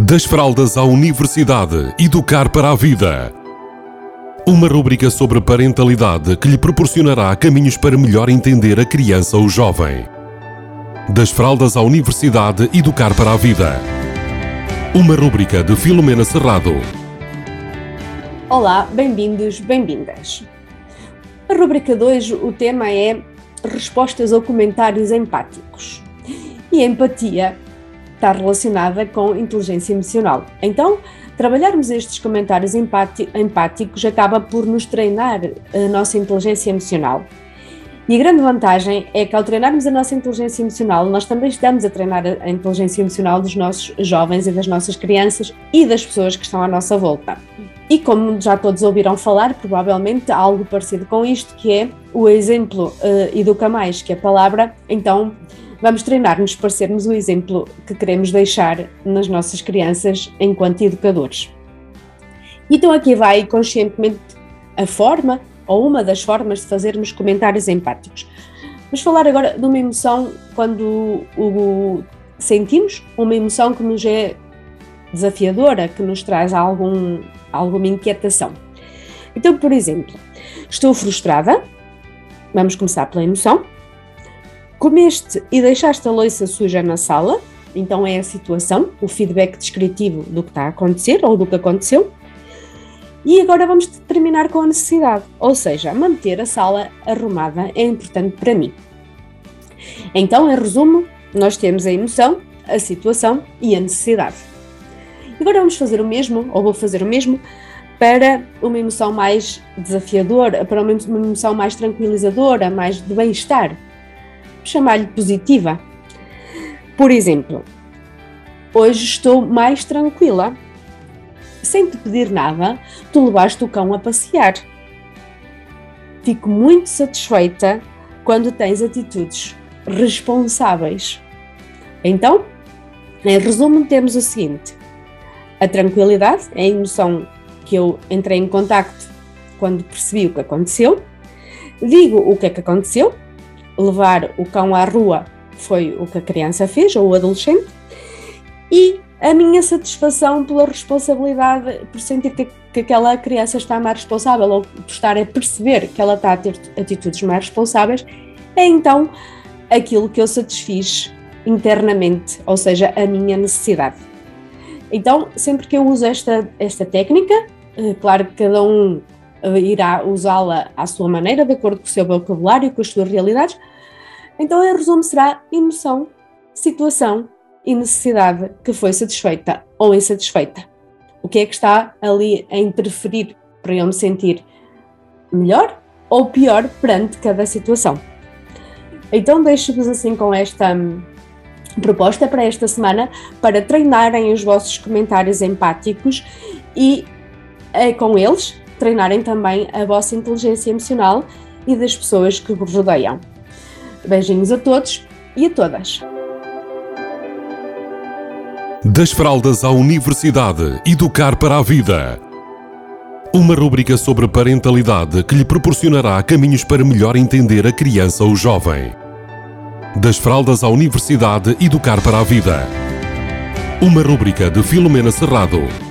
Das fraldas à universidade, educar para a vida. Uma rúbrica sobre parentalidade que lhe proporcionará caminhos para melhor entender a criança ou jovem. Das fraldas à universidade, educar para a vida. Uma rúbrica de Filomena Serrado. Olá, bem-vindos, bem-vindas. A rúbrica de hoje, o tema é respostas ou comentários empáticos. E a empatia está relacionada com inteligência emocional. Então, trabalharmos estes comentários empáticos acaba por nos treinar a nossa inteligência emocional. E a grande vantagem é que ao treinarmos a nossa inteligência emocional, nós também estamos a treinar a inteligência emocional dos nossos jovens e das nossas crianças e das pessoas que estão à nossa volta. E como já todos ouviram falar, provavelmente há algo parecido com isto, que é o exemplo educa mais que a palavra. Então, vamos treinar-nos para sermos o exemplo que queremos deixar nas nossas crianças enquanto educadores. Então aqui vai conscientemente a forma, ou uma das formas de fazermos comentários empáticos. Vamos falar agora de uma emoção quando sentimos uma emoção que nos é desafiadora, que nos traz alguma inquietação. Então, por exemplo, estou frustrada, vamos começar pela emoção. Comeste e deixaste a louça suja na sala, então é a situação, o feedback descritivo do que está a acontecer ou do que aconteceu. E agora vamos terminar com a necessidade, ou seja, manter a sala arrumada é importante para mim. Então, em resumo, nós temos a emoção, a situação e a necessidade. Agora vamos fazer o mesmo, ou vou fazer o mesmo, para uma emoção mais desafiadora, para uma emoção mais tranquilizadora, mais de bem-estar. Chamar-lhe positiva. Por exemplo, hoje estou mais tranquila. Sem te pedir nada, tu levaste o cão a passear. Fico muito satisfeita quando tens atitudes responsáveis. Então, em resumo, temos o seguinte: a tranquilidade é a emoção que eu entrei em contacto quando percebi o que aconteceu. Digo o que é que aconteceu. Levar o cão à rua foi o que a criança fez, ou o adolescente, e a minha satisfação pela responsabilidade, por sentir que aquela criança está mais responsável, ou por estar a perceber que ela está a ter atitudes mais responsáveis, é então aquilo que eu satisfiz internamente, ou seja, a minha necessidade. Então, sempre que eu uso esta técnica, claro que cada um irá usá-la à sua maneira, de acordo com o seu vocabulário, com as suas realidades. Então, em resumo, será emoção, situação e necessidade que foi satisfeita ou insatisfeita. O que é que está ali a interferir para eu me sentir melhor ou pior perante cada situação? Então, deixo-vos assim com esta proposta para esta semana, para treinarem os vossos comentários empáticos e, com eles, treinarem também a vossa inteligência emocional e das pessoas que vos rodeiam. Beijinhos a todos e a todas. Das fraldas à universidade, educar para a vida. Uma rúbrica sobre parentalidade que lhe proporcionará caminhos para melhor entender a criança ou jovem. Das fraldas à universidade, educar para a vida. Uma rúbrica de Filomena Serrado.